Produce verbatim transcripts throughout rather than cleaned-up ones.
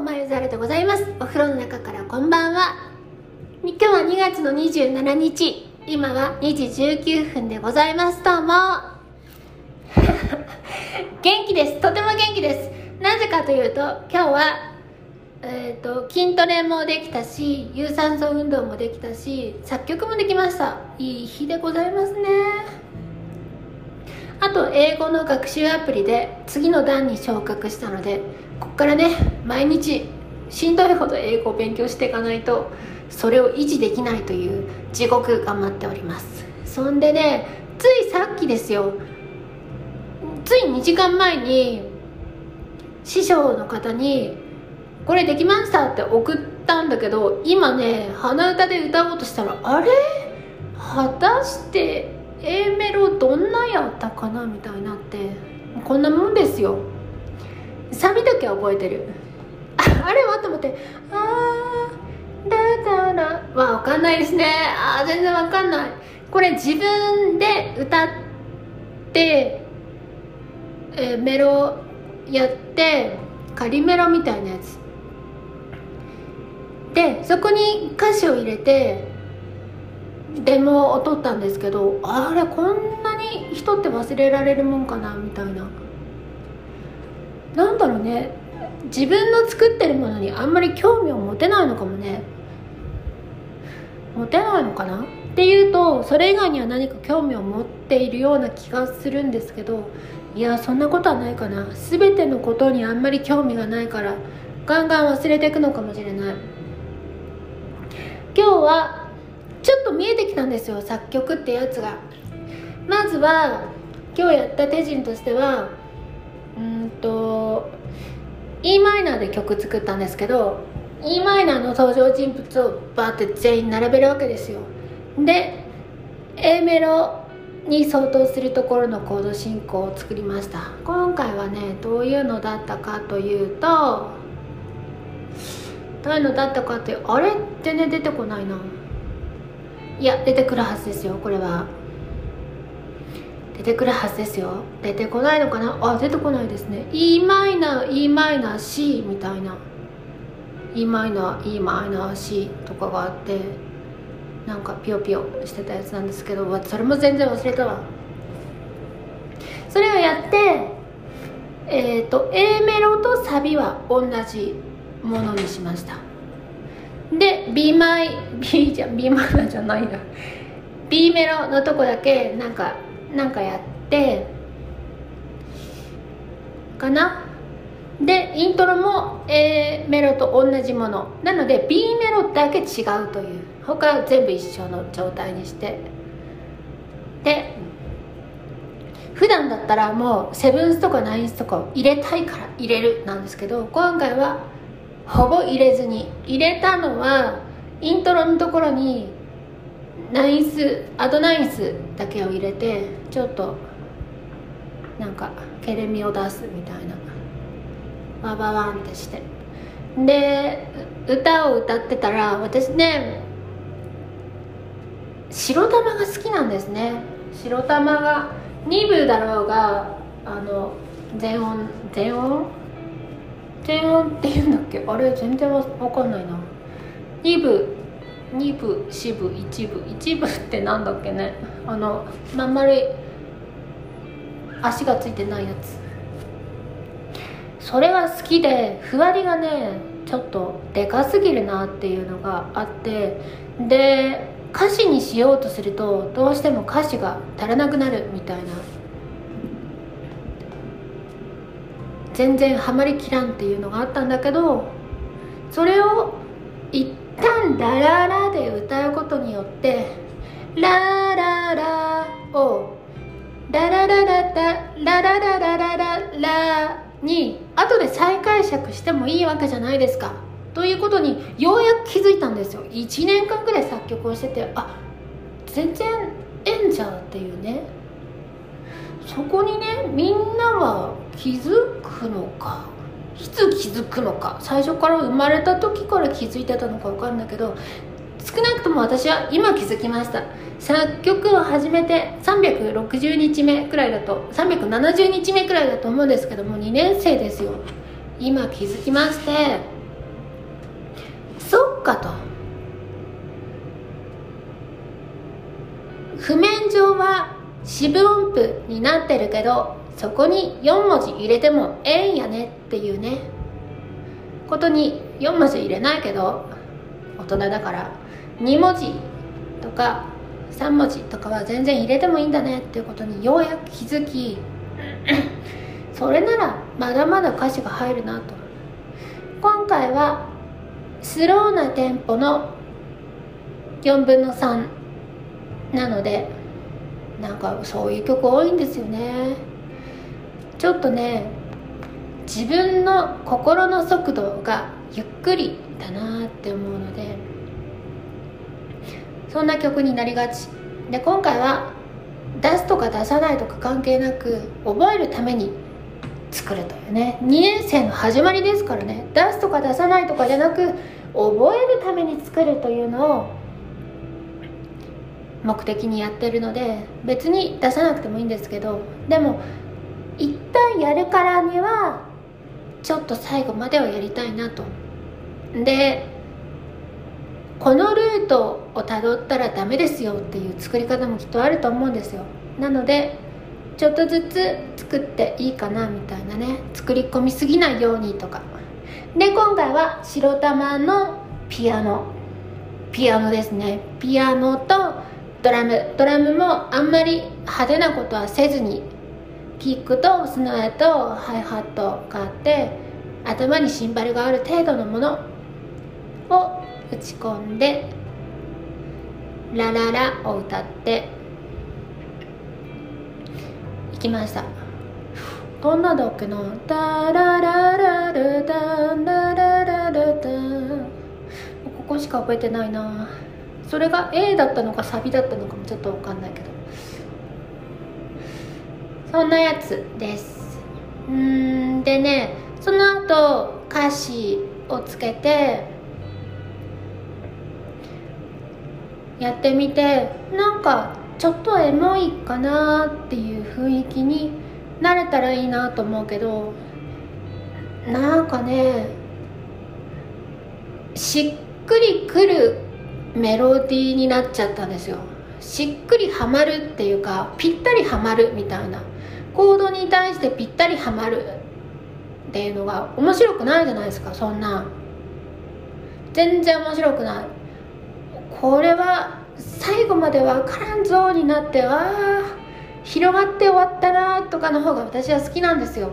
まゆざるでございます。お風呂の中からこんばんは。今日はにがつのにじゅうしちにち、今はにじじゅうきゅうふんでございます。どうも元気です。とても元気です。なぜかというと、今日はえーと筋トレもできたし、有酸素運動もできたし、作曲もできました。いい日でございますね。あと英語の学習アプリで次の段に昇格したので、ここからね、毎日しんどいほど英語を勉強していかないとそれを維持できないという地獄頑張っております。そんでね、ついさっきですよ、ついにじかんまえに師匠の方にこれできましたって送ったんだけど、今ね鼻歌で歌おうとしたら、あれ果たして A メロどんなやったかなみたいになって、こんなもんですよ。サビだけは覚えてる。 あ, あれ待って待ってあーだだらは分かんないですね。あー全然分かんない。これ自分で歌って、えー、メロやって仮メロみたいなやつで、そこに歌詞を入れてデモを撮ったんですけど、あれこんなに人って忘れられるもんかなみたいな。なんだろうね、自分の作ってるものにあんまり興味を持てないのかもね。持てないのかなっていうと、それ以外には何か興味を持っているような気がするんですけど、いやそんなことはないかな。全てのことにあんまり興味がないからガンガン忘れていくのかもしれない。今日はちょっと見えてきたんですよ、作曲ってやつが。まずは今日やった手順としては、うんと E マイナーで曲作ったんですけど、 E マイナーの登場人物をバーって全員並べるわけですよ。で A メロに相当するところのコード進行を作りました。今回はね、どういうのだったかというと、どういうのだったかって、あれ全然出てこないな。いや出てくるはずですよ。これは出てくるはずですよ。出てこないのかな。あ、出てこないですね。 E マイナー E マイナー C みたいな、 E マイナー E マイナー C とかがあって、なんかピヨピヨしてたやつなんですけど、それも全然忘れたわ。それをやって、えーと A メロとサビは同じものにしました。で B マイ B じゃ B マイナーじゃないな B メロのとこだけなんかなんかやってかな。でイントロも A メロと同じものなので B メロだけ違うという、他は全部一緒の状態にして、で普段だったらもうセブンスとかナインスとかを入れたいから入れるなんですけど、今回はほぼ入れずに、入れたのはイントロのところにナインスアドナインスだけを入れて、ちょっとなんかケレミを出すみたいな、ワバワンってして、で歌を歌ってたら、私ね白玉が好きなんですね。白玉がにぶだろうが、あの全音全音全音っていうんだっけ、あれ全然わかんないな。にぶにぶしぶいちぶいちぶってなんだっけね、あのまん丸い足がついてないやつ、それが好きで、ふわりがねちょっとでかすぎるなっていうのがあって、で歌詞にしようとするとどうしても歌詞が足らなくなるみたいな、全然ハマりきらんっていうのがあったんだけど、それを一旦ラララで歌うことによって、ラララをララララララララララララに後で再解釈してもいいわけじゃないですかということにようやく気づいたんですよ。いちねんかんぐらい作曲をしてて、あ、全然ええんじゃんっていうね。そこにね、みんなは気づくのか、いつ気づくのか、最初から生まれた時から気づいてたのか分かんないけど、少なくとも私は今気づきました。作曲を始めてさんびゃくろくじゅうにちめくらいだと、さんびゃくななじゅうにちめくらいだと思うんですけども、にねんせいですよ。今気づきまして、 かと。譜面上は四分音符になってるけど、そこによん文字入れてもええんやねっていうねことに、よん文字入れないけど大人だからに文字とかさん文字とかは全然入れてもいいんだねっていうことにようやく気づきそれならまだまだ歌詞が入るなと。今回はスローなテンポのよんぶんのさんなので、なんかそういう曲多いんですよね。ちょっとね、自分の心の速度がゆっくりだなって思うので、そんな曲になりがちで、今回は出すとか出さないとか関係なく覚えるために作るというね、にねん生の始まりですからね。出すとか出さないとかじゃなく、覚えるために作るというのを目的にやってるので、別に出さなくてもいいんですけど、でも一旦やるからにはちょっと最後まではやりたいなと。で、このルートをたどったらダメですよっていう作り方もきっとあると思うんですよ。なのでちょっとずつ作っていいかなみたいなね、作り込みすぎないようにとかで、今回は白玉のピアノピアノですね。ピアノとドラムドラムもあんまり派手なことはせずに、キックとスナーとハイハットがあって、頭にシンバルがある程度のものを打ち込んで、ラララを歌っていきました。どんなだっけな、ダララララダンララララダン、ここしか覚えてないな。それが A だったのかサビだったのかもちょっと分かんないけど、そんなやつです。うーんでね、その後歌詞をつけてやってみて、なんかちょっとエモいかなっていう雰囲気になれたらいいなと思うけど、なんかね、しっくりくるメロディーになっちゃったんですよ。しっくりはまるっていうか、ぴったりはまるみたいな、コードに対してぴったりはまるっていうのが面白くないじゃないですか。そんな全然面白くない。これは最後まで分からんぞになって、わあ広がって終わったなとかの方が私は好きなんですよ。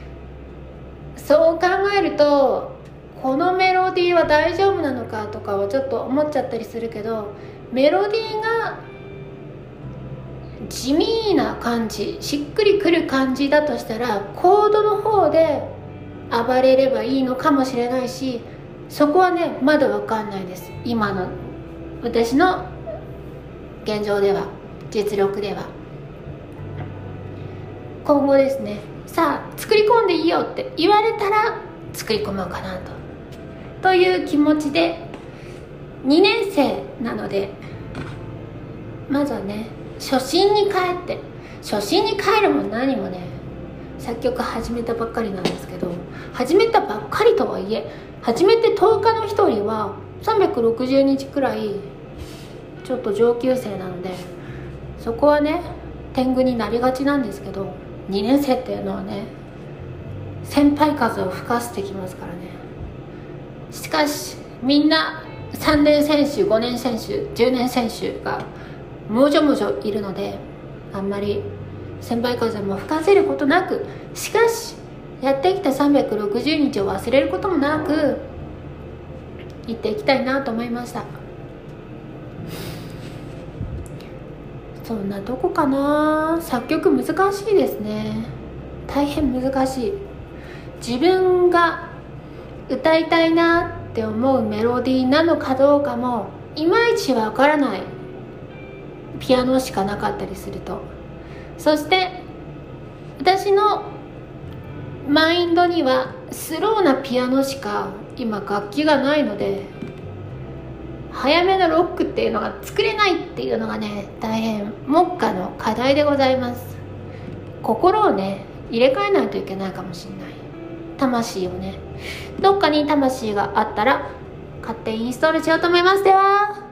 そう考えると、このメロディーは大丈夫なのかとかをちょっと思っちゃったりするけど、メロディーが地味な感じ、しっくりくる感じだとしたら、コードの方で暴れればいいのかもしれないし、そこはねまだ分かんないです。今の私の現状では、実力では。今後ですね、さあ作り込んでいいよって言われたら作り込もうかなとという気持ちで、にねん生なので、まずはね初心に帰って、初心に帰るも何もね、作曲始めたばっかりなんですけど、始めたばっかりとはいえ、始めてとおかの一人はさんびゃくろくじゅうにちくらいちょっと上級生なので、そこはね天狗になりがちなんですけど、にねん生っていうのはね先輩風を吹かせてきますからね。しかしみんなさんねん選手、ごねん選手、じゅうねん選手がもじょもじょいるので、あんまり先輩風も吹かせることなく、しかしやってきたさんびゃくろくじゅうにちを忘れることもなく行っていきたいなと思いました。そんなとこかな。作曲難しいですね。大変難しい。自分が歌いたいなって思うメロディーなのかどうかもいまいちわからないピアノしかなかったりすると、そして私のマインドにはスローなピアノしか今楽器がないので、早めのロックっていうのが作れないっていうのがね、大変目下の課題でございます。心をね入れ替えないといけないかもしれない。魂をね、どっかに魂があったら買ってインストールしようと思います。では。